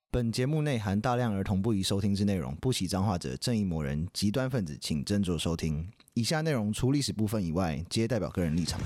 本节目内含大量儿童不宜收听之内容，不喜脏话者、正义魔人、极端分子，请斟酌收听。以下内容除历史部分以外，皆代表个人立场。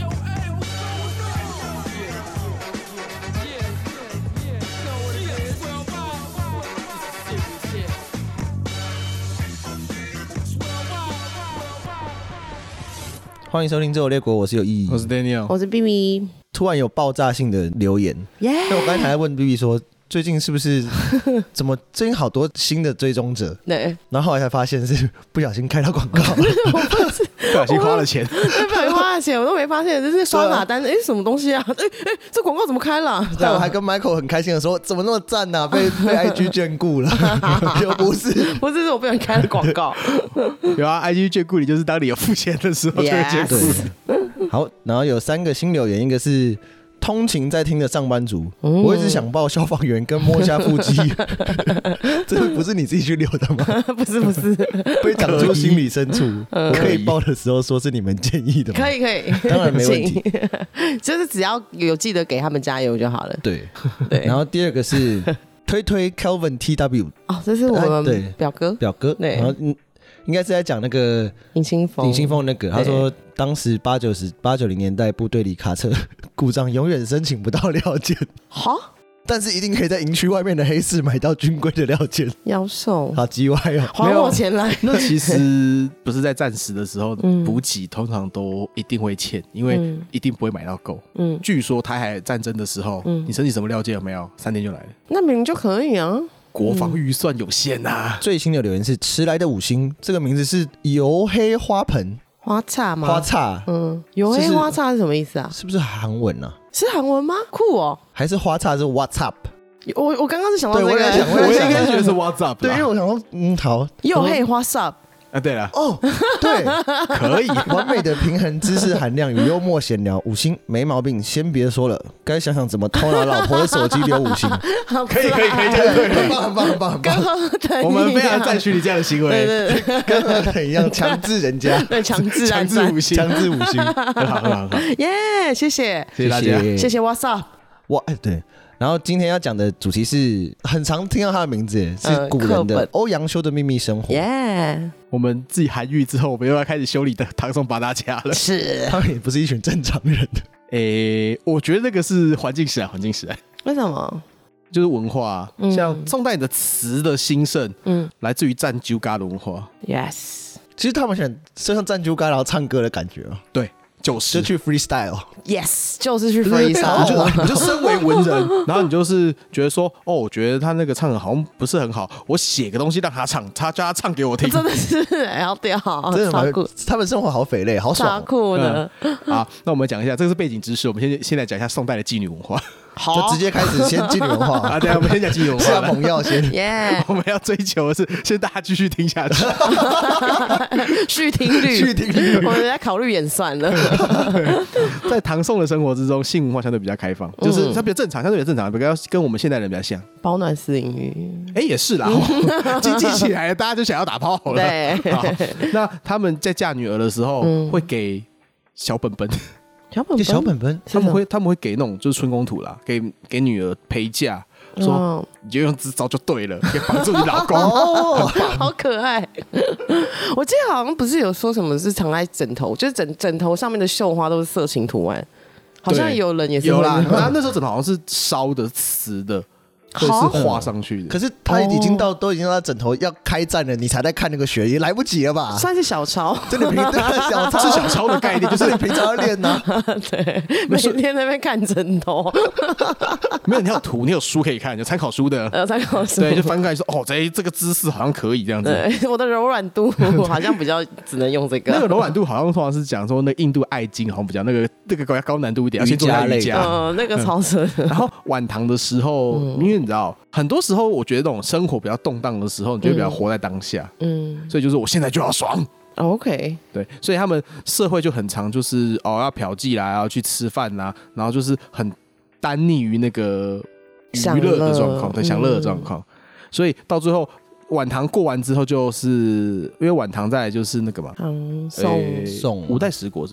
欢迎收听《自由列国》，我是有意义， 我是 Daniel， 我是 BB。 突然有爆炸性的留言，那我刚才还在问 BB 说，最近是不是怎么最近好多新的追踪者？ 对， 然后后来才发现是不小心开到广告， 不小心花了钱， 对，不小心花了钱，我都没发现，这是刷哪单？什么东西啊？这广告怎么开了？ 但我还跟 Michael 很开心的说，怎么那么赞啊？被 IG 眷顾了，就不是， 是我不小心开了广告。 有啊 ，IG 眷顾你就是当你有付钱的时候就会眷顾。 好，然后有3个新留言，一个是通勤在听的上班族，我一直想报消防员跟摸一下腹肌，这不是你自己去留的吗？ 不是， 被讲出心理深处，可以报的时候说是你们建议的吗？ 可以， 当然没问题， 就是只要有记得给他们加油就好了。 对。然后第2个是推 Kelvin TW， 哦，这是我们表哥，对， 然后应该是在讲那个尹清风那个，他说当时80年代部队里卡车故障，永远申请不到料件。哈，但是一定可以在营区外面的黑市买到军规的料件。妖兽，好叽歪哦， 还我钱来。 那其实不是在战时的时候，补给通常都一定会欠，因为一定不会买到够。据说台海战争的时候，你申请什么料件有没有？3天就来了。 那明明就可以啊。 国防预算有限啊。 最新的留言是迟来的5星，这个名字是油黑花盆花叉吗？ 花叉， 油黑花叉是什么意思啊？ 是不是韩文啊？ 是韩文吗？酷哦！ 还是花叉是 What's up？ 我刚刚是想到这个， 我应该觉得是 What's up， 对，因为我想说，好， 油黑花 up。 啊，对了， 哦，对， 可以， 完美的平衡知识含量与幽默闲聊，5星没毛病。先别说了，该想想怎么偷拿老婆的手机留5星。 可以，很棒， 跟我们非常赞许你这样的行为， 对，跟何腾一样强制人家， 对，强制 5星， 很好， 耶，谢谢大家， 谢谢 What's up， 对。然后今天要讲的主题是很常听到他的名字，是古人的欧阳修的秘密生活。 耶！ 我们自己韩愈之后，我们又要开始修理的唐宋八大家了。 是， 他们也不是一群正常人。 我觉得那个是环境史啊。 为什么？ 就是文化，像宋代的词的兴盛，来自于赞酒咖的文化。 Yes， 其实他们想就像赞酒咖然后唱歌的感觉。 对。就去 freestyle， yes， 就是去 freestyle。 你就身为文人，然后你就是觉得说，我觉得他那个唱的好像不是很好，我写个东西让他唱，他叫他唱给我听， 真的是要屌，真的超酷。他们生活好匪类，好爽， 超酷的。 好，那我们讲一下，这个是背景知识。我们先来讲一下宋代的妓女文化。 好，就直接开始先妓女文化啊！对，我们先讲妓女文化。 下猛药先， 我们要追求的是，先大家继续听下去， 续听率，我们在考虑演算了。 在唐宋的生活之中，性文化相对比较开放，就是它比较正常，相对比较正常，比较跟我们现代人比较像。 保暖私淫欲， 也是啦，经济起来了，大家就想要打炮了。 对， 那他们在嫁女儿的时候，会给小本本。 小本本， 他们会给那种就是春宫图啦，给女儿陪嫁，说你就用这招就对了，可以绑住你老公， 好可爱。我记得好像不是有说什么是藏在枕头，就是枕头上面的绣花都是色情图案，好像有人也是有啦。那时候枕头好像是烧的瓷的。或者是画上去的， 可是他已经到枕头要开战了，你才在看那个血，也来不及了吧？ 算是小抄， 真的小抄是小抄的概念，就是你平常要练呐。 对，每天在那边看枕头。 没有，你有图，你有书可以看，有参考书的。 参考书。 对，就翻开说，这个姿势好像可以这样子。 对，我的柔软度好像比较只能用这个。 那个柔软度好像通常是讲说，那印度爱经好像比较那个高难度一点，要先做瑜伽。 那个超神。 然后晚唐的时候，因为你知道，很多时候我觉得这种生活比较动荡的时候，你就比较活在当下。所以就是我现在就要爽。 OK， 对，所以他们社会就很常就是要嫖妓啦，要去吃饭啦，然后就是很单溺于那个娱乐的状况，对，享乐的状况。所以到最后晚唐过完之后，就是因为晚唐再来就是那个嘛， 宋五代十国是不是？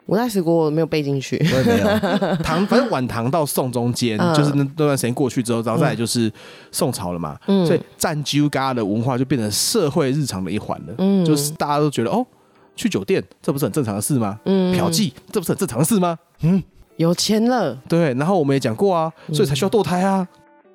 我在石锅我没有背进去， 我也没有。 反正晚唐到宋中间，就是那段时间过去之后，然后再来就是宋朝了嘛，所以占酒家的文化就变成社会日常的一环了，就是大家都觉得哦，去酒店这不是很正常的事吗？嫖妓这不是很正常的事吗？ 有钱了， 对，然后我们也讲过啊，所以才需要堕胎啊。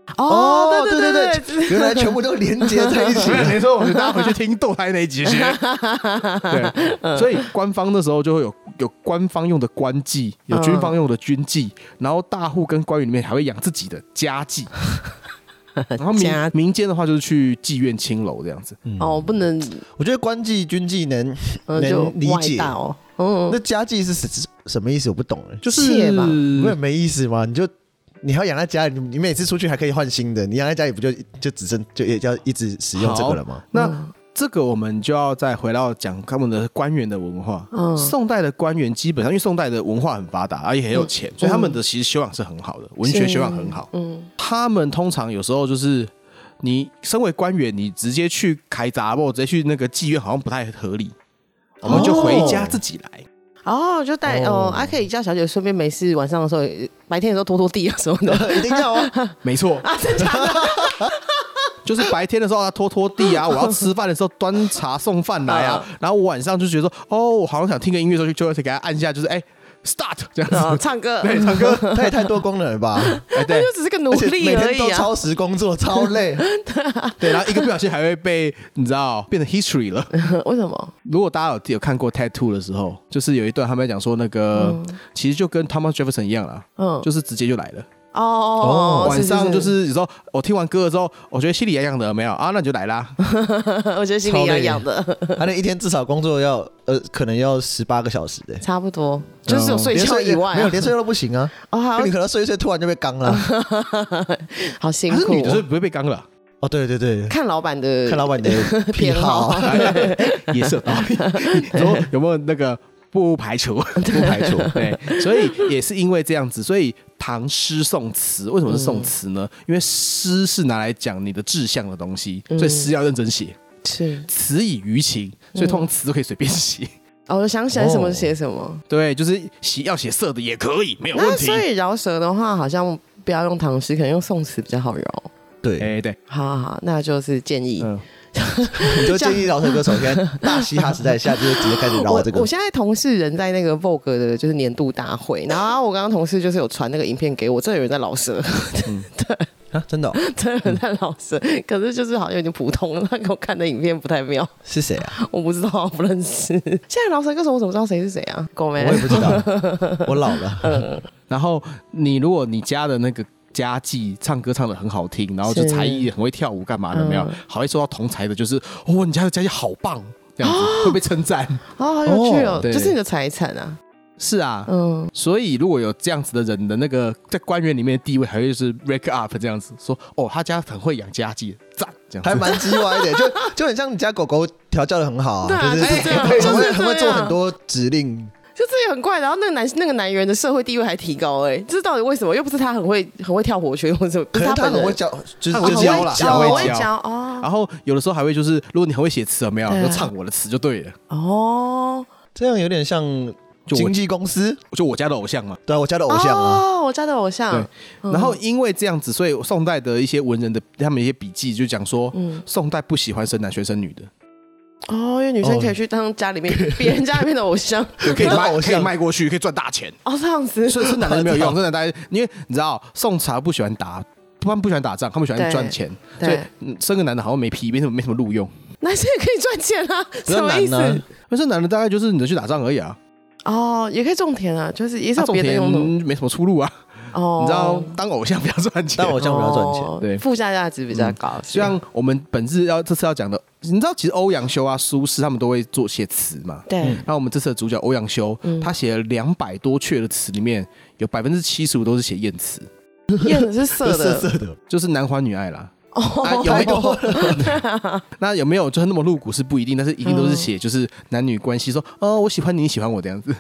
对，原来全部都连接在一起。 没错，我觉得大家回去听堕胎那一集去。对，所以官方那时候就会有官方用的官妓，有军方用的军妓，然后大户跟官员里面还会养自己的家妓。然后民间的话就是去妓院青楼这样子。 不能， 我觉得官妓军妓能理解那家妓是什么意思？我不懂就是没意思吗？你还要养在家里，你每次出去还可以换新的，你养在家里不就只剩就要一直使用这个了吗？ 那这个我们就要再回到讲他们的官员的文化。宋代的官员基本上因为宋代的文化很发达，而且很有钱，所以他们的其实修养是很好的，文学修养很好。他们通常有时候就是你身为官员，你直接去开闸或直接去那个妓院好像不太合理，我们就回家自己来。 就带可以叫小姐顺便没事晚上的时候，白天的时候拖拖地啊什么的， 一定要啊， 没错啊，真的假的？ 就是白天的时候要拖拖地啊，我要吃饭的时候端茶送饭来啊，然后我晚上就觉得说，我好像想听个音乐的时候，就会给他按下，就是start 这样子， 唱歌， 对，唱歌， 他也太多功能了吧？ 对，就只是个努力而已啊， 每天都超时工作，超累。 对，然后一个不小心还会被你知道变成 history 了。 为什么？ 如果大家有看过 Tattoo 的时候，就是有一段他们在讲说那个，其实就跟 Thomas Jefferson 一样啦，就是直接就来了。晚上就是有时候我听完歌了之后，我觉得心里痒痒的，有没有啊？那你就来啦。 我觉得心里痒痒的。 他那一天至少工作可能要18个小时的， 差不多，就是有睡觉以外， 没有连睡觉都不行啊。你可能睡一睡，突然就被刚了，好辛苦。 可是女的是不会被刚了。 对， 看老板的偏好也是有道理。你说有没有那个？不排除，对，所以也是因为这样子，所以唐诗宋词为什么是宋词呢？因为诗是拿来讲你的志向的东西，所以诗要认真写， 是词以娱情，所以通常词都可以随便写。 我想写什么写什么， 对，就是要写色的也可以，没有问题。 所以饶舌的话，好像不要用唐诗，可能用宋词比较好饶。 对， 对， 好，那就是建议。 你就建议饶舌歌手现在大嘻哈时代下就直接开始饶这个。 我现在同事人在那个 Vogue 的就是年度大会，然后我刚刚同事就是有传那个影片给我，这有人在饶舌，对啊，真的， 真的有人在饶舌，可是就是好像有点普通了，他给我看的影片不太妙。 是谁啊？ 我不知道，不认识。现在饶舌歌手我怎么知道谁是谁啊？狗妹， 我也不知道，我老了。 然后如果你家的那个家妓唱歌唱得很好听，然后就才艺很会跳舞干嘛的，没有好会受到同才的，就是你家的家妓好棒，这样子会被称赞。 好有趣哦，这是你的财产啊。 是啊，所以如果有这样子的人的那个在官员里面的地位，还会就是 rank up 这样子说，他家很会养家妓，赞，这样子还蛮鸡歪的，就很像你家狗狗调教的很好啊， 就是很会做很多指令。 就这也很怪，然后那个男人的社会地位还提高，这到底为什么？又不是他很会跳火圈，或者不是他很会教，就是很会教啦， 很会教哦。 然后有的时候还会就是，如果你很会写词，有没有就唱我的词就对了。 这样有点像经纪公司， 就我家的偶像嘛。 对啊，我家的偶像啊， 我家的偶像。 对，然后因为这样子，所以宋代的一些文人的他们一些笔记就讲说，宋代不喜欢生男学生女的。 因为女生可以去当家里面别人家里面的偶像， 可以卖过去，可以赚大钱。 这样子， 所以生男的没有用，生男的因为你知道宋朝不喜欢打，他们不喜欢打仗，他们喜欢赚钱，所以生个男的好像没屁，没什么路用。 男生也可以赚钱啊？什么意思？ 那生男的大概就是你去打仗而已啊。 也可以种田啊，就是也是有别的用途， 没什么出路啊。你知道当偶像比较赚钱， 当偶像比较赚钱， 对，附加价值比较高。 像我们这次要讲的，你知道其实欧阳修啊、苏轼他们都会写词嘛。 对。 然后我们这次的主角欧阳修，他写了200多阙的词，里面有75%都是写艳词。 艳的是色的， 就是男欢女爱啦。有没有？那有没有就是那么露骨是不一定，但是一定都是写就是男女关系，说我喜欢你，你喜欢我这样子。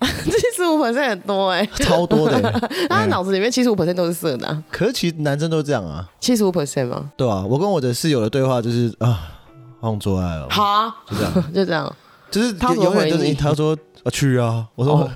75% 很多超多的。 他脑子里面75% 都是色的。 可是其实男生都这样啊。 75% 吗？ 对啊，我跟我的室友的对话就是好想做爱哦。 好， 就这样， 就这样， 就是他永远就是他说去啊，我说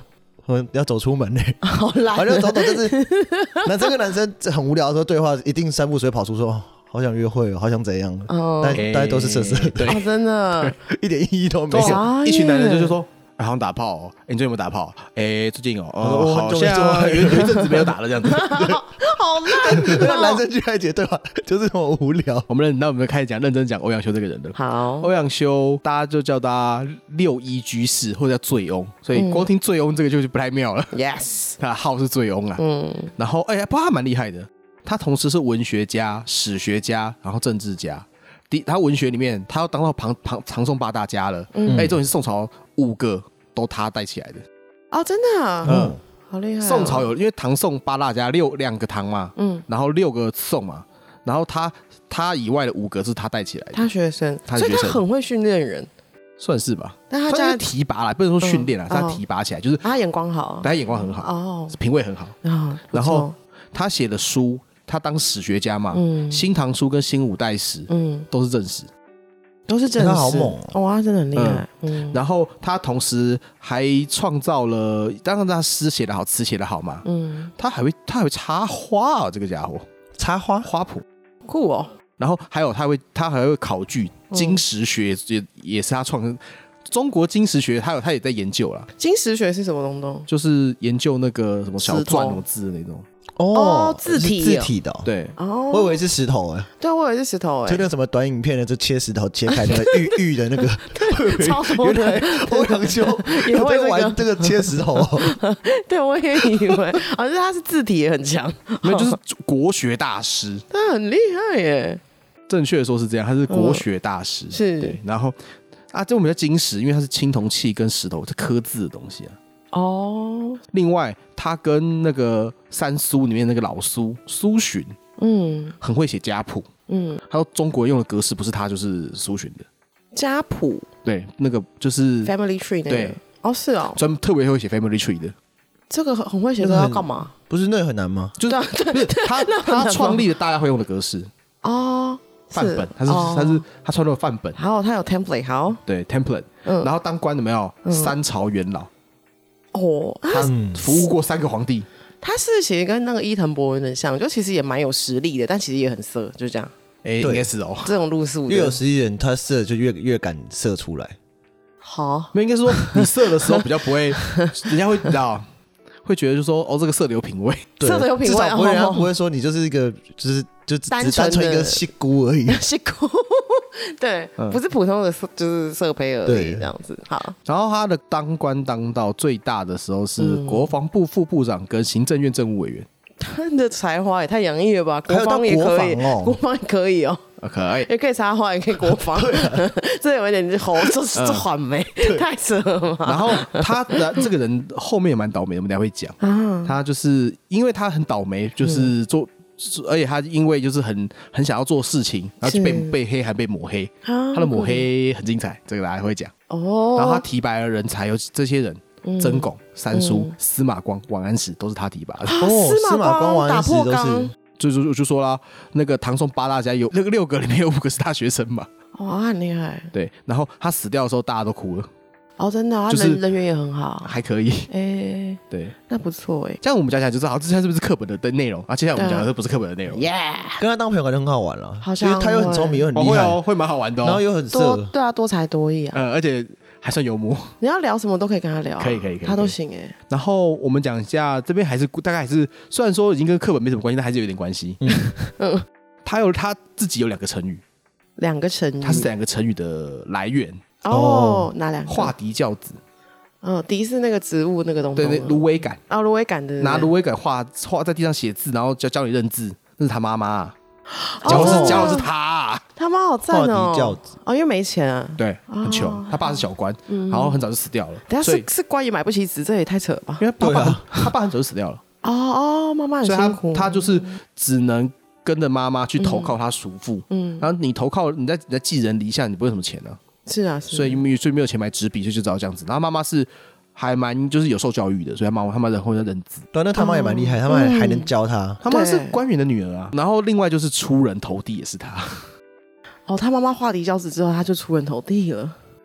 要走出门嘞， 好懒， 反正走走就是男生跟男生很无聊的时候对话，一定三不水跑出说好想约会好想怎样，但大家都是色色的， 对，真的一点意义都没有。 一群男人就说。好像打炮哦，你最近有没有打炮？最近好像有一阵子没有打了这样子。 好烂， 那个男生去爱姐对吧？就是很无聊。 我们开始认真讲欧阳修这个人的。 好， 欧阳修大家就叫他六一居士或者叫醉翁，所以光听醉翁这个就不太妙了。 Yes， 他的号是醉翁啊。然后不过他蛮厉害的，他同时是文学家、史学家，然后政治家。他文学里面，他要当到唐宋八大家了。重点是宋朝5个都他带起来的。 哦，真的啊？好厉害。 宋朝因为唐宋八大家2个唐嘛，然后6个宋嘛，然后他以外的5个是他带起来的。 他学生，所以他很会训练人， 算是吧。 但他家提拔啦，不能说训练啦，他提拔起来就是他眼光好， 他眼光很好，品味很好。然后他写的书。他当史学家嘛，新唐书跟新五代史，都是正史， 他好猛哦，他真的很厉害。 然后他同时还创造了，当然他诗写得好，词写得好嘛，他还会插花啊，这个家伙插花圃， 酷哦。 然后还有他还会考据，经史学也是他创。中国经史学，他也在研究啦。 经史学是什么东东？ 就是研究那个什么小篆什么字的那种。 字体的， 对， 我以为是石头对，我以为是石头就那个什么短影片的，就切石头切开那个玉的那个， 超多的。 原来欧阳修也会玩这个切石头对，我也以为，好像他是字体也很强， 没有，就是国学大师， 他很厉害耶。 正确的说是这样，他是国学大师， 是。 对，然后这我们叫经史，因为它是青铜器跟石头，是刻字的东西啊。另外他跟那个三苏里面那个老苏洵，很会写家谱，还有中国用的格式不是他就是苏洵的家谱， 对，那个就是 family tree 那个， 对， 是哦， 专门特别会写 family tree 的， 这个很会写，这要干嘛？ 不是那个很难吗？ 就是他创立了大家会用的格式范本，他创立了范本， 好，他有 template， 好， 对 template，然后当官的没有3朝元老。他服务过3个皇帝。 他是其实跟那个伊藤博文很像，就其实也蛮有实力的，但其实也很色，就这样。 应该是这种路数越有实力的人，他色就越敢色出来。 好， 应该说你色的时候比较不会，人家会知道，会觉得就说这个色的有品味， 色的有品味， 至少人家不会说你就是一个就单纯一个戏姑而已， 戏姑。对，不是普通的，就是色胚而已，这样子。好， 然后他的当官当到最大的时候是国防部副部长跟行政院政务委员。 他的才华也太洋溢了吧！国防也可以，国防也可以可以， 也可以插花，也可以国防，这有一点吼，这缓没，太扯了嘛。 然后他的这个人后面也蛮倒霉的，我们等一下会讲。他就是因为他很倒霉，就是而且他因为就是很想要做事情，然后就被黑还被抹黑，他的抹黑很精彩，这个大家会讲。然后他提拔的人才有这些人。曾巩、三苏、司马光、王安石都是他提拔的。 司马光、王安石都是， 就说啦，那个唐宋八大家有那个6个里面有5个是他学生嘛。 哇，很厉害。 对，然后他死掉的时候，大家都哭了。 真的，他人缘也很好， 还可以。对， 那不错这样我们讲起来就知道，这是不是课本的内容啊？接下来我们讲的不是课本的内容。 跟他当朋友感觉很好玩了， 好像因为他又很聪明又很厉害， 会蛮好玩的。 然后又很色， 对啊，多才多艺啊。 而且还算幽默。 你要聊什么都可以跟他聊， 可以， 他都行然后我们讲一下，这边大概还是虽然说已经跟课本没什么关系，但还是有点关系。他自己有2个成语 ，2个成语， 他是2个成语的来源。 哪2个？ 画笛教子。 笛是那个植物那个东西。 对，芦苇杆。 芦苇杆的。 拿芦苇杆画在地上写字，然后教你认字，那是他妈妈。教的是他。 他妈好赞画笛教子。 因为没钱啊。 对，很穷。他爸是小官，然后很早就死掉了。 等下是官也买不起纸，这也太扯了吧？ 因为他爸很早就死掉了。 妈妈很辛苦。 所以他就是只能跟着妈妈去投靠他叔父。然后你投靠你在寄人篱下，你不会有什么钱呢？ 是啊， 所以没有钱买纸笔，所以就只好这样子。然后妈妈是还蛮就是有受教育的，所以他妈人会认字。 对，那他妈也蛮厉害，他妈还能教他。 他妈是官员的女儿啊。然后另外就是出人头地也是他。 他妈妈画笛教子之后，他就出人头地了。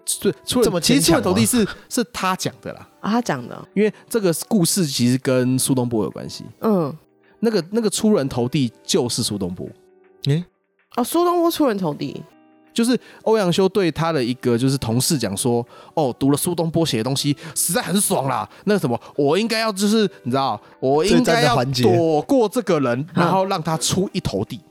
其实出人头地是他讲的啦， 他讲的， 因为这个故事其实跟苏东坡有关系。那个出人头地就是苏东坡。 苏东坡出人头地。 就是欧阳修对他的一个就是同事讲说，读了苏东坡写的东西实在很爽啦。那什么，我应该要就是你知道，我应该要躲过这个人，然后让他出一头地，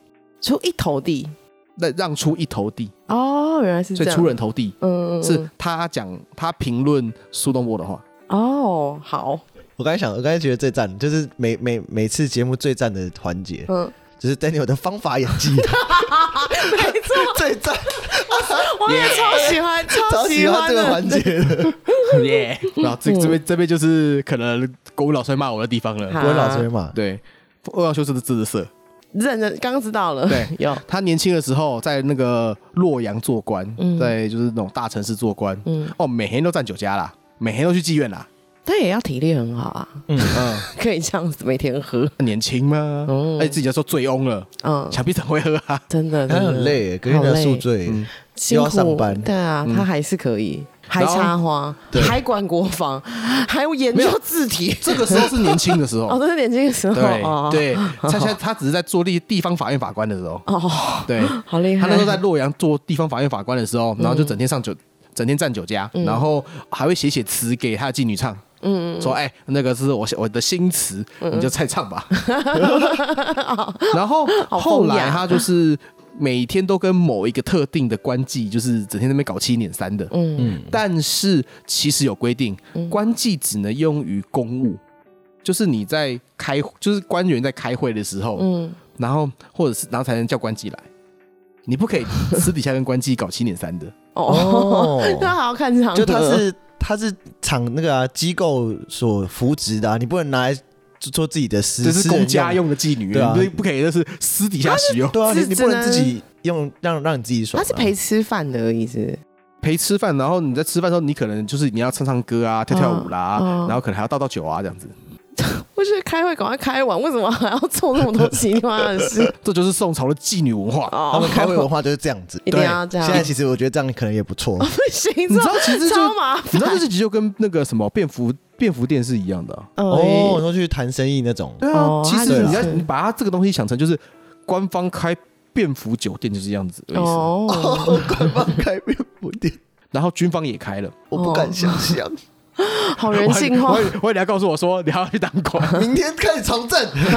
让出一头地。 原来是这样。 所以出人头地，是他讲他评论苏东坡的话。 好。 我刚才觉得最赞，就是每次节目最赞的环节，就是 Daniel 的方法演技。 没错， 最赞。 我也超喜欢这个环节的。 然后这边就是可能国文老师会骂我的地方了。 国文老师会骂。 对，欧阳修是字色。 认刚刚知道了。 对， 有他年轻的时候在那个洛阳做官，在就是那种大城市做官。每天都站酒家啦，每天都去妓院啦。 但也要体力很好啊，可以这样子每天喝。 年轻吗？自己就说醉翁了，想必很会喝啊。 真的他很累，隔天要宿醉，又要上班。 对啊，他还是可以，还插花，还管国防，还研究字体。 这个时候是年轻的时候。 这是年轻的时候。 对，他只是在做地方法院法官的时候。对， 好厉害。 他那时候在洛阳做地方法院法官的时候，然后就整天站酒家，然后还会写词给他的妓女唱。说那个是我的新词，你就再唱吧。然后后来他就是每天都跟某一个特定的官妓，就是整天在那边搞7捻3的。但是其实有规定，官妓只能用于公务，就是你在就是官员在开会的时候，然后才能叫官妓来，你不可以私底下跟官妓搞7捻3的。 那好好看场合。 就他是那个机构所扶植的，你不能拿来做自己的私， 这是公家用的妓女，你不可以就是私底下使用。 对啊，你不能自己用让你自己爽。 他是陪吃饭的意思。 陪吃饭，然后你在吃饭的时候，你可能就是你要唱歌啊，跳舞啦，然后可能还要倒酒啊，这样子。 我觉得开会赶快开完，为什么还要做那么多奇葩的事？ 这就是宋朝的妓女文化， 他们开会文化就是这样子， 一定要这样。 现在其实我觉得这样可能也不错。 不行， 你知道其实超麻烦。 你知道这集就跟那个什么便服店是一样的。 我说去谈生意那种。 对啊，其实你把它这个东西想成就是官方开便服酒店就是这样子的意思。 官方开便服店， 然后军方也开了， 我不敢想象。 好人性化！ 我以为你要告诉我说你还要去当官， 明天开始从政。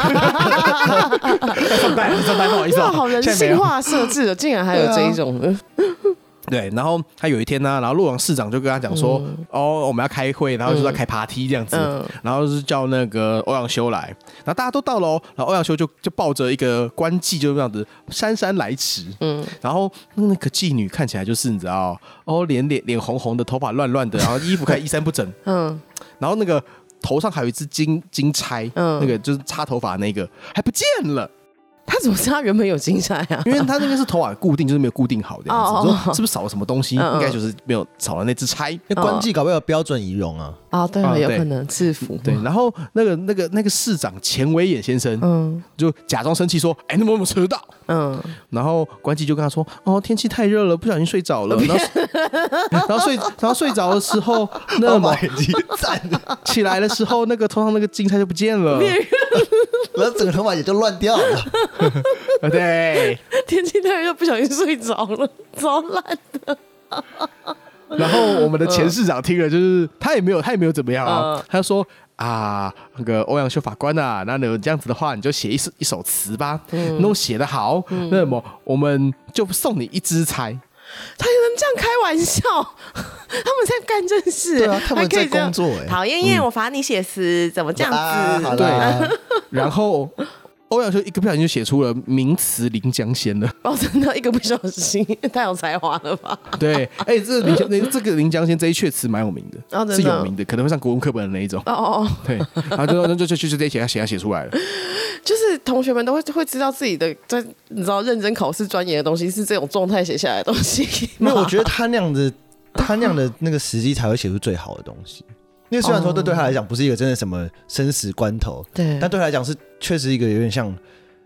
上班，不好意思。 好人性化设置的，竟然还有这一种的。 对，然后他有一天呢，然后洛阳市长就跟他讲说，我们要开会，然后就在开 party 这样子，然后是叫那个欧阳修来，然后大家都到了然后欧阳修就抱着一个官妓就这样子姗姗来迟，然后那个妓女看起来就是你知道，脸红红的，头发乱乱的，然后衣服看衣衫不整，然后那个头上还有一只金钗，那个就是插头发那个还不见了。 他怎么知道他原本有金钗啊？ 因为他那边是头发固定，就是没有固定好的样子。说是不是少了什么东西？应该就是没有少了那只钗。因为官妓搞不好有标准仪容啊。 对，有可能制服。 对，然后那个市长钱维演先生，就假装生气说：“你怎么迟到？”然后官妓就跟他说：“天气太热了，不小心睡着了。”然后睡着的时候，那么起来的时候，那个头上那个金钗就不见了。 然后整个头发也就乱掉了。 对， 天气太热，不小心睡着了，超烂的。 然后我们的前市长听了，就是他也没有怎么样啊，他就说那个欧阳修法官啊，那你这样子的话，你就写一首词吧，那我写得好，那么我们就送你一支钗。 他能这样开玩笑？他们在干正事， 对啊，他们在工作。 好，燕燕，我罚你写诗，怎么这样子？ 对，然后欧阳修一个不小心就写出了名词《临江仙》了。 真的，一个不小心，太有才华了吧？ 对，这个《临江仙》这一阙词蛮有名的，是有名的，可能会上国文课本的那一种。对，然后就这一写出来了。 就是同学们都会知道自己的在你知道认真考试钻研的东西是这种状态写下来的东西。 没有，我觉得他那样的那个时机才会写出最好的东西。因为虽然说这对他来讲不是一个真的什么生死关头，对，但对他来讲是确实一个有点像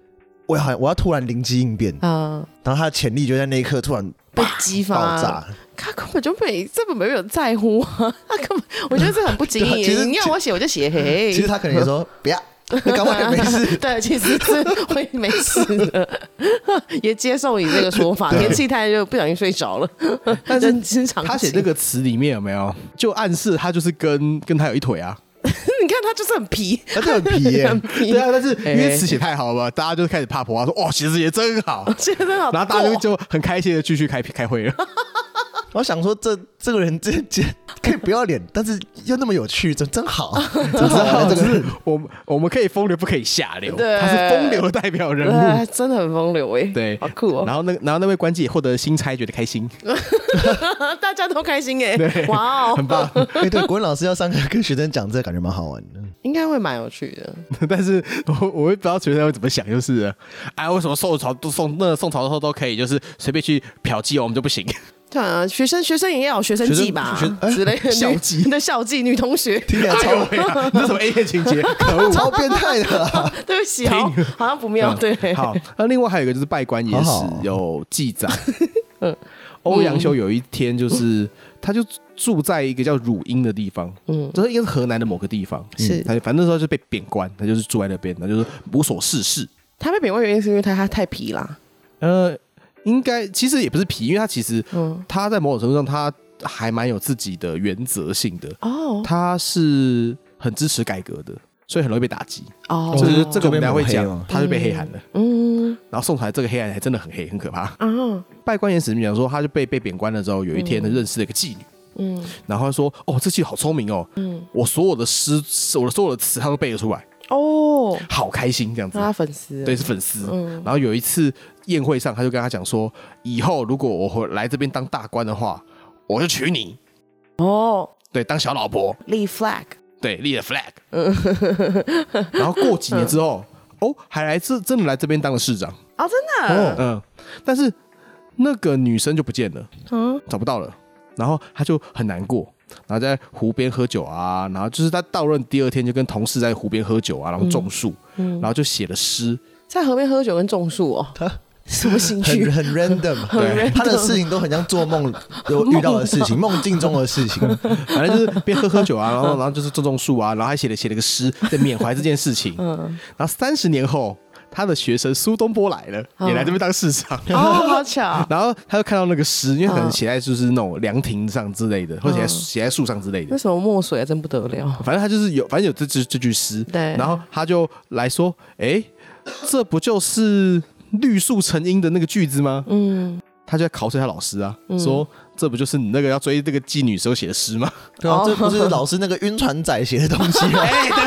我要突然灵机应变然后他的潜力就在那一刻突然被激发爆炸。 他根本就这本没有在乎啊，他根本我觉得这很不经意。你要我写我就写，嘿。 其实他可能也说不要，搞不好也没事。 对，其实是会没事的，也接受你这个说法。天气太热，不小心睡着了。 但是他写这个词里面有没有就暗示他就是跟他有一腿啊？ 你看他就是很皮， 他就很皮耶， 很皮。 对啊，但是因为词写太好了，大家就开始怕婆啊，说哇，写词写真好， 写真好， 然后大家就很开心的继续开会了。 我想说这个人可以不要脸，但是又那么有趣，真好，真好。这个人我们可以风流，不可以下流，他是风流的代表人物， 真的很风流哎， 对， 好酷哦。 然后那位官妓也获得新差，觉得开心， 大家都开心哎，哇哦， 很棒。 对，国文老师要上课跟学生讲这，感觉蛮好玩的， 应该会蛮有趣的。 但是我会不知道学生会怎么想，就是哎，为什么宋朝的时候都可以，就是随便去嫖妓我们就不行？ 对啊，学生也要有学生妓吧之类的， 校妓的校妓女同学， 听起来超这是什么 A 片情节？可恶， 超变态的。 对不起，好像不妙。对， 好，那另外还有一个就是拜官野史有记载，欧阳修有一天就是他就住在一个叫汝阴的地方，这应该是河南的某个地方， 是他反正那时候就被贬官，他就是住在那边，他就是无所事事。 他被贬官原因是因为他太皮啦。 应该其实也不是皮，因为他其实他在某种程度上他还蛮有自己的原则性的他是很支持改革的，所以很容易被打击就是这个我们等下会讲，他就被黑函了然后宋朝这个黑函还真的很黑，很可怕拜官野史里面讲说，他就被贬官了之后，有一天他认识了一个妓女然后他说这妓女好聪明我所有的诗，我的所有的词他都背得出来好开心这样子， 他粉丝， 对，是粉丝然后有一次宴会上，他就跟他讲说，以后如果我来这边当大官的话，我就娶你对，当小老婆， 立 flag， 对，立了 flag 然后过几年之后还真的来这边当了市长真的但是那个女生就不见了找不到了，然后他就很难过，然后在湖边喝酒啊，然后就是他到任第二天就跟同事在湖边喝酒啊，然后种树然后就写了诗，在河边喝酒跟种树什么兴趣？ 很 random， 对，他的事情都很像做梦有遇到的事情，梦境中的事情， 反正就是边喝酒啊，然后就是种树啊，然后还写了个诗，在缅怀这件事情。然后30年后，他的学生苏东坡来了，也来这边当市长。 好巧。 然后他就看到那个诗，因为可能写在就是那种凉亭上之类的，或者写在树上之类的。 那什么墨水真不得了。 反正他就是有这句诗。 对。 然后他就来说，这不就是绿树成荫的那个句子吗？他就在考碎他老师啊，说这不就是你那个要追这个妓女时候写的诗吗？ 对啊，这不是老师那个晕船仔写的东西吗？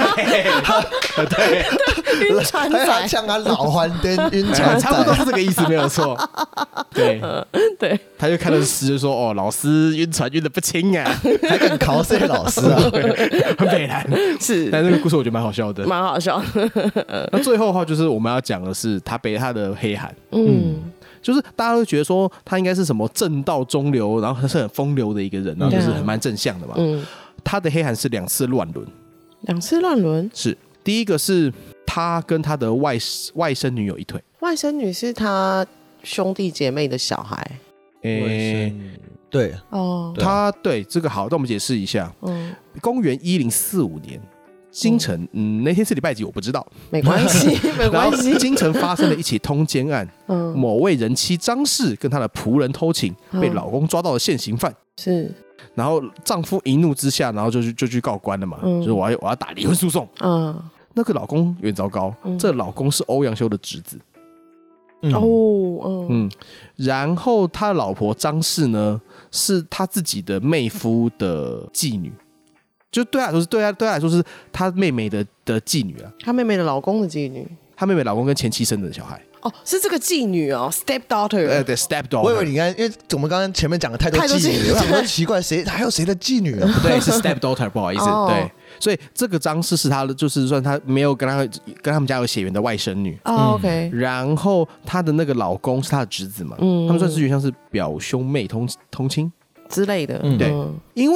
对， 晕船仔像他老还灯晕船仔， 差不多是这个意思，没有错。对，他就看到诗就说老师晕船晕得不轻啊， 还敢考碎老师啊， 很北蓝是。 但这个故事我觉得蛮好笑的， 蛮好笑的。那最后的话就是我们要讲的是他背他的黑函，就是大家都觉得说他应该是什么正道中流，然后他是很风流的一个人，然后就是很蛮正向的嘛。他的黑函是2次乱伦 ，2次乱伦是第一个是他跟他的外甥女有一腿， 外甥女是他兄弟姐妹的小孩。 对他对这个好，那我们解释一下。公元1045年。京城，那天是礼拜几我不知道， 没关系，没关系。 京城发生了一起通奸案，某位人妻张氏跟她的仆人偷情，被老公抓到了现行犯。 是， 然后丈夫一怒之下，然后就去告官了嘛，就是我要打离婚诉讼。那个老公有点糟糕，这个老公是欧阳修的侄子。然后他的老婆张氏呢，是他自己的妹夫的妓女。就对他来说是他妹妹的妓女啊， 他妹妹的老公的妓女， 他妹妹老公跟前妻生的小孩。 是这个妓女，step daughter。 对 step daughter。 我以为你看，因为我们刚刚前面讲了太多妓女，我想说奇怪，还有谁的妓女啊？ 不对，是 step daughter， 不好意思，对。所以这个张氏是他的，就是算他没有跟他们家有血缘的外甥女。 OK。 然后他的那个老公是他的侄子嘛，他们算是有点像是表兄妹通亲之类的。对，因为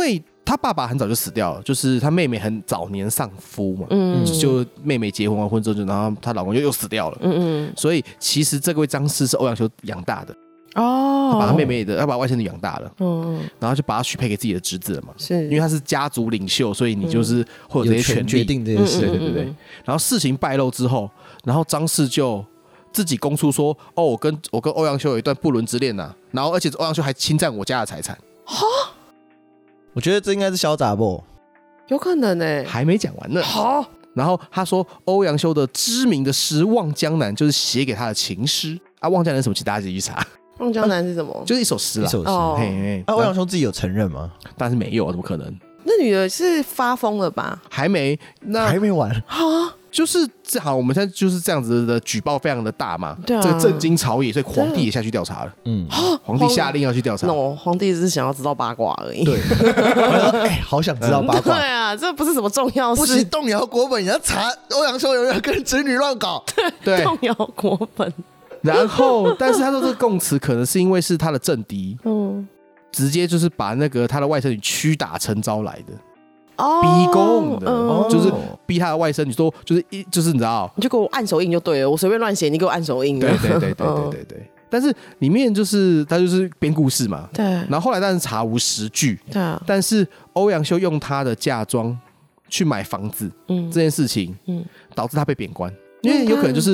他爸爸很早就死掉了，就是他妹妹很早年丧夫嘛，就妹妹结婚完婚之后，然后她老公又死掉了，所以其实这位张氏是欧阳修养大的。他把他妹妹的，要把外甥女养大了，然后就把他许配给自己的侄子了嘛，是因为他是家族领袖，所以你就是会有这些权利决定这件事， 对。然后事情败露之后，然后张氏就自己供出说，哦，我跟欧阳修有一段不伦之恋呐，然后而且欧阳修还侵占我家的财产。 哈， 我觉得这应该是小杂不， 有可能欸， 还没讲完呢。 好， 然后他说欧阳修的知名的诗《望江南》就是写给他的情诗啊，《望江南》什么？请大家自己去查。 望江南是什么？ 就是一首诗啦， 一首诗。欧阳修自己有承认吗？ 当然是没有，怎么可能？ 那女的是发疯了吧？ 还没完啊！ 就是好，我们现在就是这样子的举报非常的大嘛，这个震惊朝野，所以皇帝也下去调查了。皇帝下令要去调查。 皇帝是想要知道八卦而已。 对，好想知道八卦。 对啊，这不是什么重要事。 不行，动摇国本，你要查欧阳修有没有跟侄女乱搞。 对，动摇国本。 然后，但是他说这个供词可能是因为是他的政敌，直接就是把那个他的外甥女屈打成招来的，逼供的，就是逼他的外甥女说，就是你知道， 你就给我按手印就对了，我随便乱写，你给我按手印。 对。但是里面就是他就是编故事嘛， 对。 然后后来当然查无实据， 对啊。但是欧阳修用他的嫁妆去买房子，这件事情，导致他被贬官，因为有可能就是。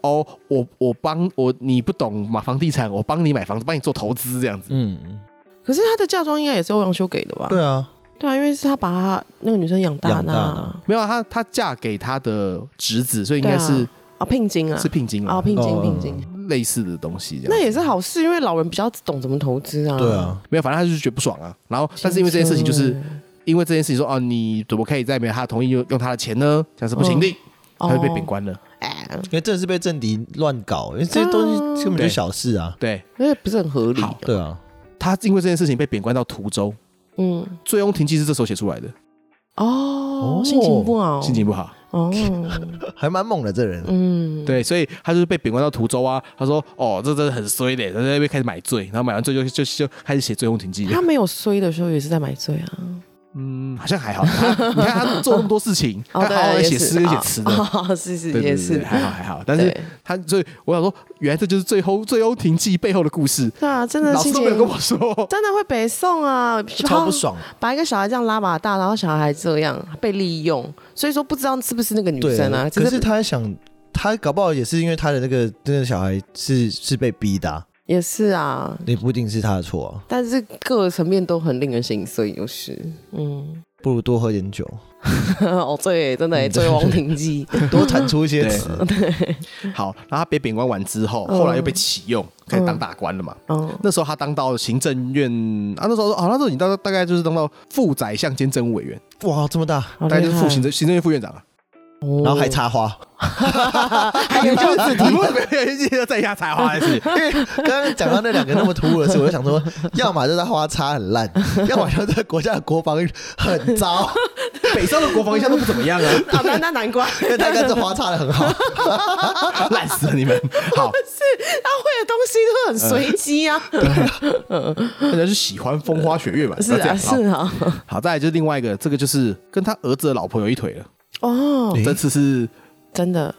你不懂买房地产，我帮你买房子，帮你做投资这样子。 可是他的嫁妆应该也是欧阳修给的吧？ 对啊， 因为是他把他那个女生养大的。 没有，他嫁给他的侄子，所以应该是聘金啊， 是聘金啊，聘金， 类似的东西这样。 那也是好事，因为老人比较懂怎么投资啊。 对啊， 没有，反正他就是觉得不爽啊。然后，但是因为这件事情，就是因为这件事情说，你怎么可以在没有他的同意用他的钱呢？这样是不行的，他就被贬官了。 因为真的是被政敌乱搞，因为这些东西根本就是小事啊。 对， 因为不是很合理。 对啊， 他因为这件事情被贬官到途州。《醉翁亭记》是这时候写出来的。 心情不好， 心情不好。 还蛮猛的这人。 对，所以他就是被贬官到途州啊。他说：“这真的很衰的。”他在那边开始买醉，然后买完醉就开始写《醉翁亭记》。 他没有衰的时候也是在买醉啊。 好像还好。你看他做那么多事情，他好好写诗跟写词的， 是也是还好。但是他所以我想说，原来这就是《醉翁亭记》背后的故事。 对啊，真的， 老师都没有跟我说， 真的会北宋啊， 超不爽， 把一个小孩这样拉把大，然后小孩这样被利用，所以说不知道是不是那个女生啊。 可是他想，他搞不好也是因为他的那个小孩是被逼的。 也是啊， 也不一定是他的错啊， 但是各个层面都很令人心碎，就是不如多喝点酒。 对，真的《醉翁亭记》 多产出一些词。 对， 好，然后他被贬官完之后，后来又被启用，开始当大官了嘛。那时候他当到行政院那时候你大概就是当到副宰相兼政务委员。 哇，这么大， 大概就是行政院副院长啊。 然后还插花， 还研究字体， 记得在下插花的事。 因为刚刚讲到那两个那么突兀的事，我就想说，要么就是他花插很烂，要么就是国家的国防很糟。 北宋的国防一向都不怎么样啊。 那难怪， 因为他刚这花插的很好， 烂死了你们。好， 是他会的东西都很随机啊。 人家是喜欢风花雪月嘛。 是啊。 好，再来就是另外一个，这个就是跟他儿子的老婆有一腿了。这次是真的，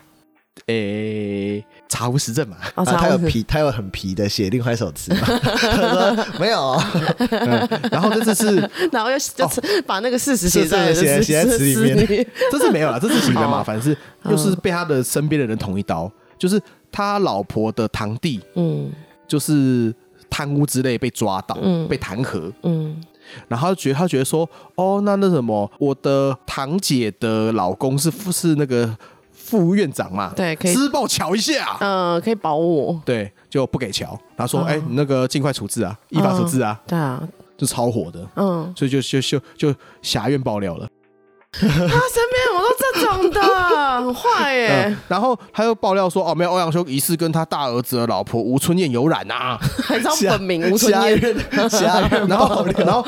查无实证嘛。 他有很皮的写另外一首词嘛。他说没有。 然后这次是， 然后又把那个事实写在词里面。 这次没有了，这次比较麻烦，是又是被他的身边的人捅一刀，就是他老婆的堂弟，就是贪污之类被抓到，被弹劾，然后他觉得说，那什么，我的堂姐的老公是那个副院长嘛， 对，可以施暴瞧一下， 可以保我， 对，就不给瞧，然后说，你那个尽快处置啊，依法处置啊， 对啊， 就超火的，所以就辖院爆料了。 他身边我都这种的，很坏耶。 然后他又爆料说，没有，欧阳修疑似跟他大儿子的老婆吴春燕有染啊， 还知道本名吴春燕。 然后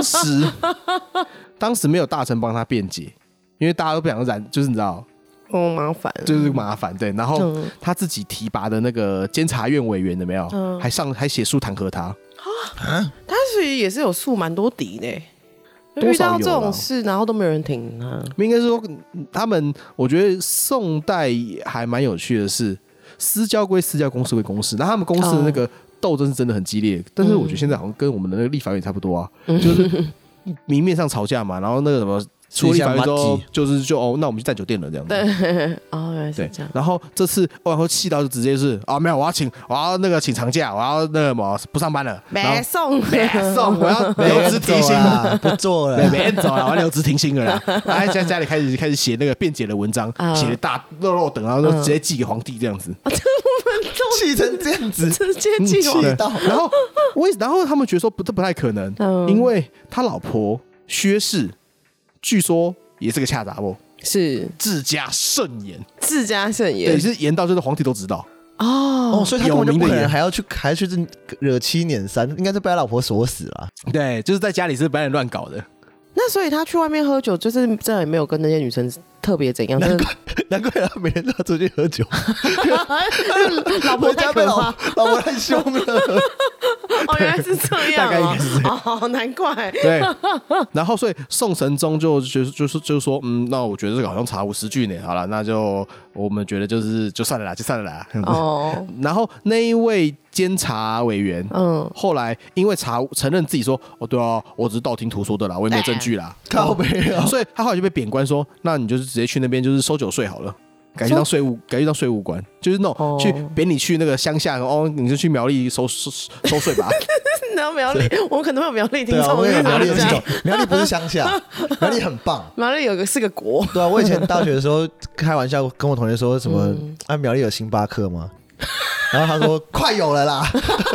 当时没有大臣帮他辩解，因为大家都不想染，就是你知道， 麻烦， 就是麻烦，对。然后他自己提拔的那个监察院委员有没有？还写书弹劾他。 他所以也是有树蛮多敌的。 遇到这种事，然后都没有人挺他。 应该说他们，我觉得宋代还蛮有趣的是，私交归私交，公事归公事。那他们公事的那个斗争是真的很激烈，但是我觉得现在好像跟我们的那个立法院差不多啊，就是明面上吵架嘛，然后那个什么。出立法院之后，那我们去占酒店了这样子。 对，原来是这样。 然后这次欧阳修气到就直接是没有，我要那个请长假，我要那个什么不上班了。 没送， 我要留职停薪了，不做了， 没走了，我要留职停薪了啦。然后在家里开始写那个辩解的文章，写的大肉等，然后就直接寄给皇帝这样子。 气成这样子， 直接气到。 然后他们觉得说这不太可能，因为他老婆薛氏。据说也是个恰杂不？ 是自家甚严， 对， 是严到就是皇帝都知道所以他根本就不可能还去惹七撵三，应该是被他老婆锁死了。 对，就是在家里是白人乱搞的。 那所以他去外面喝酒，就是真的也没有跟那些女生特别怎样。 难怪他每天都要出去喝酒， 老婆太可怕， 老婆太凶了。 原来是这样， 大概应该是这样。难怪。 对，然后所以宋神宗就是说，那我觉得这个好像查无实据呢。好了，那就我们觉得就算了啦。然后那一位监察委员，后来因为承认自己说，对啊，我只是道听途说的啦，我也没有证据啦， 靠北啊， 所以他后来就被贬官说，那你就是直接去那边就是收酒税好了。改去当税务官，就是那种去贬你去那个乡下，你就去苗栗收税吧。 然后苗栗，我们可能会有苗栗听众， 苗栗不是乡下，苗栗很棒， 苗栗是个国。 对啊，我以前大学的时候开玩笑跟我同学说什么，苗栗有星巴克吗？然后他说快有了啦。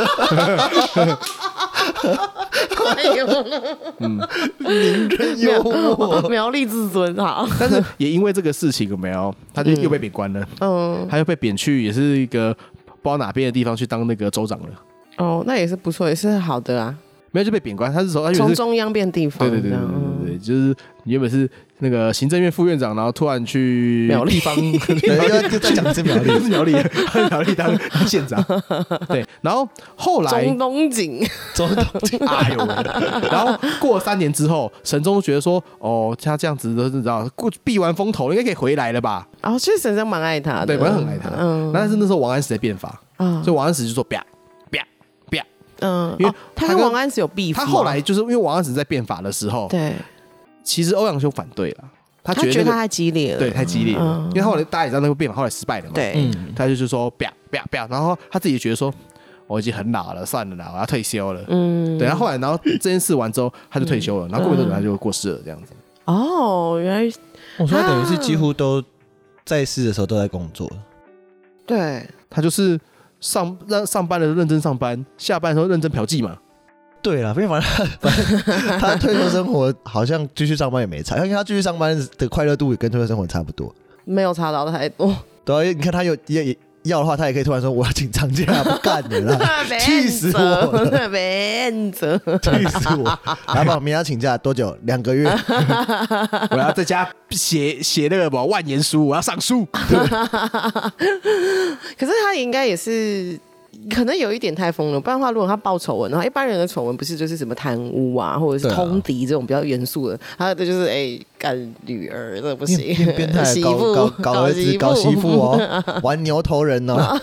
快有了， 名人幽默， 苗栗自尊好。 但是也因为这个事情有没有，他就又被贬官了，他又被贬去也是一个不知道哪边的地方去当那个州长了。 那也是不错，也是好的啊。 没有就被贬官，他从中央变地方， 对，就是你原本是那个行政院副院长，然后突然去地方， 就在讲是苗栗当县长，对，然后后来中东锦， 哎呦，然后过了3年之后，神宗觉得说，他这样子都知道避完风头，应该可以回来了吧？ 其实神宗蛮爱他的， 对，我很爱他。但是那时候王安石在变法，所以王安石就说啪。因为他跟王安石有避， 他后来就是因为王安石在变法的时候， 对， 其实欧阳修反对了，他觉得他太激烈了， 对，太激烈了。因为后来大家也知道那个变法后来失败了嘛， 对， 他就是说啪，然后他自己觉得说我已经很老了，算了啦，我要退休了，对。然后后来，然后这件事完之后，他就退休了，然后过没多久他就过世了，这样子。 原来我说等于是几乎都在世的时候都在工作， 对， 他就是上班的时候认真上班，下班的时候认真嫖妓嘛。 对啦，反正他退休生活好像继续上班也没差，因为他继续上班的快乐度也跟退休生活差不多， 没有差到太多。 对啊，你看他要的话，他也可以突然说我要请长假，不干了啦，气死我了，气死我！老板，明天要请假多久？2个月。 我要在家写那个什么万言书，我要上书。 可是他应该也是。可能有一点太疯了，不然的话，如果他报丑闻的话，一般人的丑闻不是就是什么贪污啊，或者是通敌这种比较严肃的，他的就是干女儿这不行， 变态媳妇搞儿子搞媳妇哦，玩牛头人哦，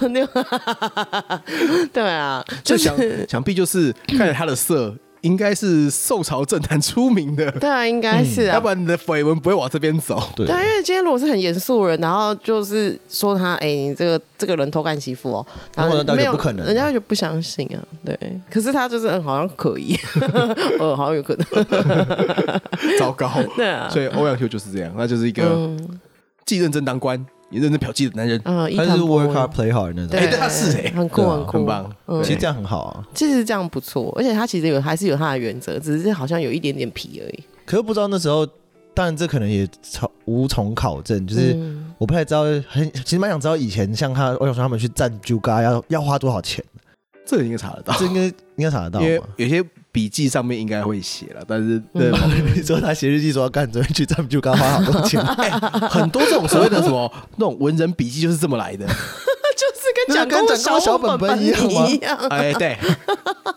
对啊， 就想必就是看着他的色。应该是宋朝政坛出名的， 对啊，应该是啊， 要不然你的绯闻不会往这边走。 对，因为今天如果是很严肃的人，然后就是说他，你这个人偷干媳妇哦，然后没有不可能， 人家就不相信啊。对，可是他就是好像可以，好像有可能。 糟糕， 对啊， 所以欧阳修就是这样，他就是一个既认真当官。也认真嫖妓的男人， 他是 work hard play hard 那种， 他是很酷很酷， 很棒。 其实这样很好啊， 其实这样不错，而且他其实还是有他的原则，只是好像有一点点皮而已。 可是不知道那时候，当然这可能也无从考证，就是我不太知道，其实蛮想知道以前像欧阳修他们去占酒家要花多少钱。 这个应该查得到， 这应该查得到， 因为有些笔记上面应该会写了，但是你说他写日记说要干，昨天去占酒家花好多钱， 很多这种所谓的什么那种文人笔记就是这么来的， 就是跟讲小本本一样吗？ 对，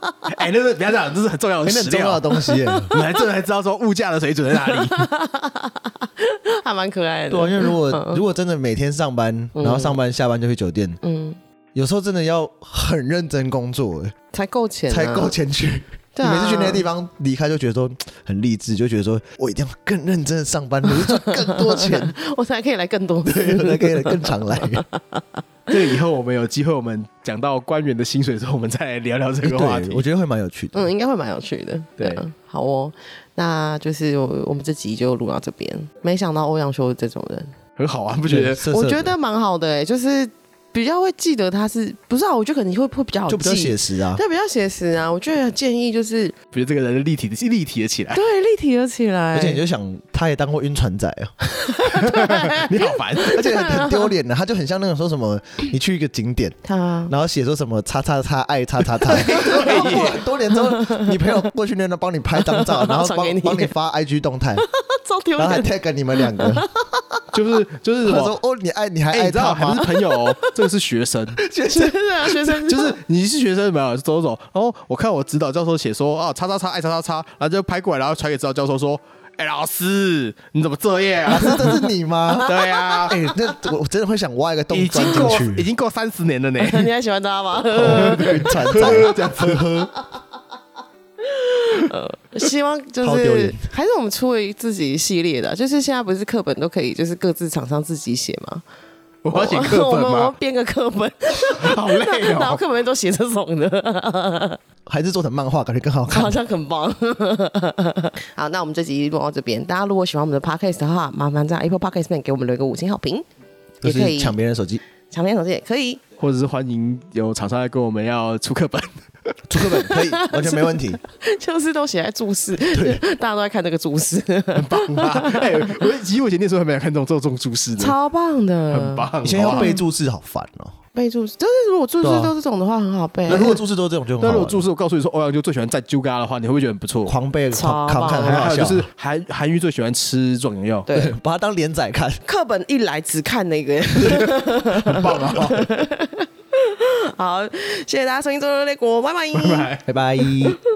哎，那是不要讲，这是很重要的史料， 很重要的东西。 你还这才知道说物价的水准在哪里， 还蛮可爱的。 对，因为如果真的每天上班，然后上班下班就去酒店，有时候真的要很认真工作， 才够钱， 才够钱去。你每次去那些地方离开，就觉得说很励志，就觉得说我一定要更认真的上班，努力赚更多钱， 我才可以来更多， 对，我才可以更常来。 这个以后我们有机会，我们讲到官员的薪水之后，我们再来聊聊这个话题。 我觉得会蛮有趣的。 应该会蛮有趣的。对，好哦，那就是我们这集就录到这边。没想到欧阳修这种人很好啊，不觉得？ 我觉得蛮好的，就是比较会记得他是不是啊？我觉得可能会比较好记， 就比较写实啊， 对，比较写实啊。我觉得建议就是， 比如这个人立体了起来， 对，立体了起来。 而且你就想，他也当过晕船仔啊， 你好烦， 而且很丢脸的，他就很像那种说什么，你去一个景点，然后写说什么叉叉叉爱叉叉叉，然后过很多年之后，你朋友过去那边帮你拍张照，然后帮你发 IG 动态， 超丢脸， 然后还 tag 你们两个。 就是他说哦，你还爱他吗？ 还不是朋友哦，这个是学生， 学生就是你是学生没有走。然后我看我指导教授写说啊，叉叉叉爱叉叉叉，然后就拍过来，然后传给指导教授说，老师你怎么这样？ 老师这是你吗？ 对啊， 那我真的会想挖一个洞钻进去。 已经过30年了呢。 你还喜欢他吗？ 晕船仔这样子。 希望就是还是我们出了自己系列的，就是现在不是课本都可以，就是各自厂商自己写吗？ 我要写课本吗？ 我们编个课本， 好累哦。 然后课本都写这种的， 还是做成漫画，感觉更好看， 好像很棒。好，那我们这集录到这边，大家如果喜欢我们的 podcast 的话，麻烦在 Apple Podcast 上给我们留一个5星好评， 也可以抢别人手机， 也可以， 或者是欢迎有厂商来跟我们要出课本。 出课本可以，完全没问题。 就是都写在注释，对，大家都在看那个注释， 很棒啊！我以前念书还没有看这种注释的， 超棒的， 很棒。 以前要背注释好烦哦， 背注释，就是如果注释都是这种的话，很好背。 那如果注释都是这种就很好。 那如果注释我告诉你说欧阳修最喜欢在揪嘎的话，你会不会觉得很不错？ 狂背狂看，很好笑。 就是韩愈最喜欢吃壮阳药， 对， 把它当连载看。 课本一来只看那个， 很棒啊！ 好，谢谢大家收听《周日烈国》，拜拜， 拜拜。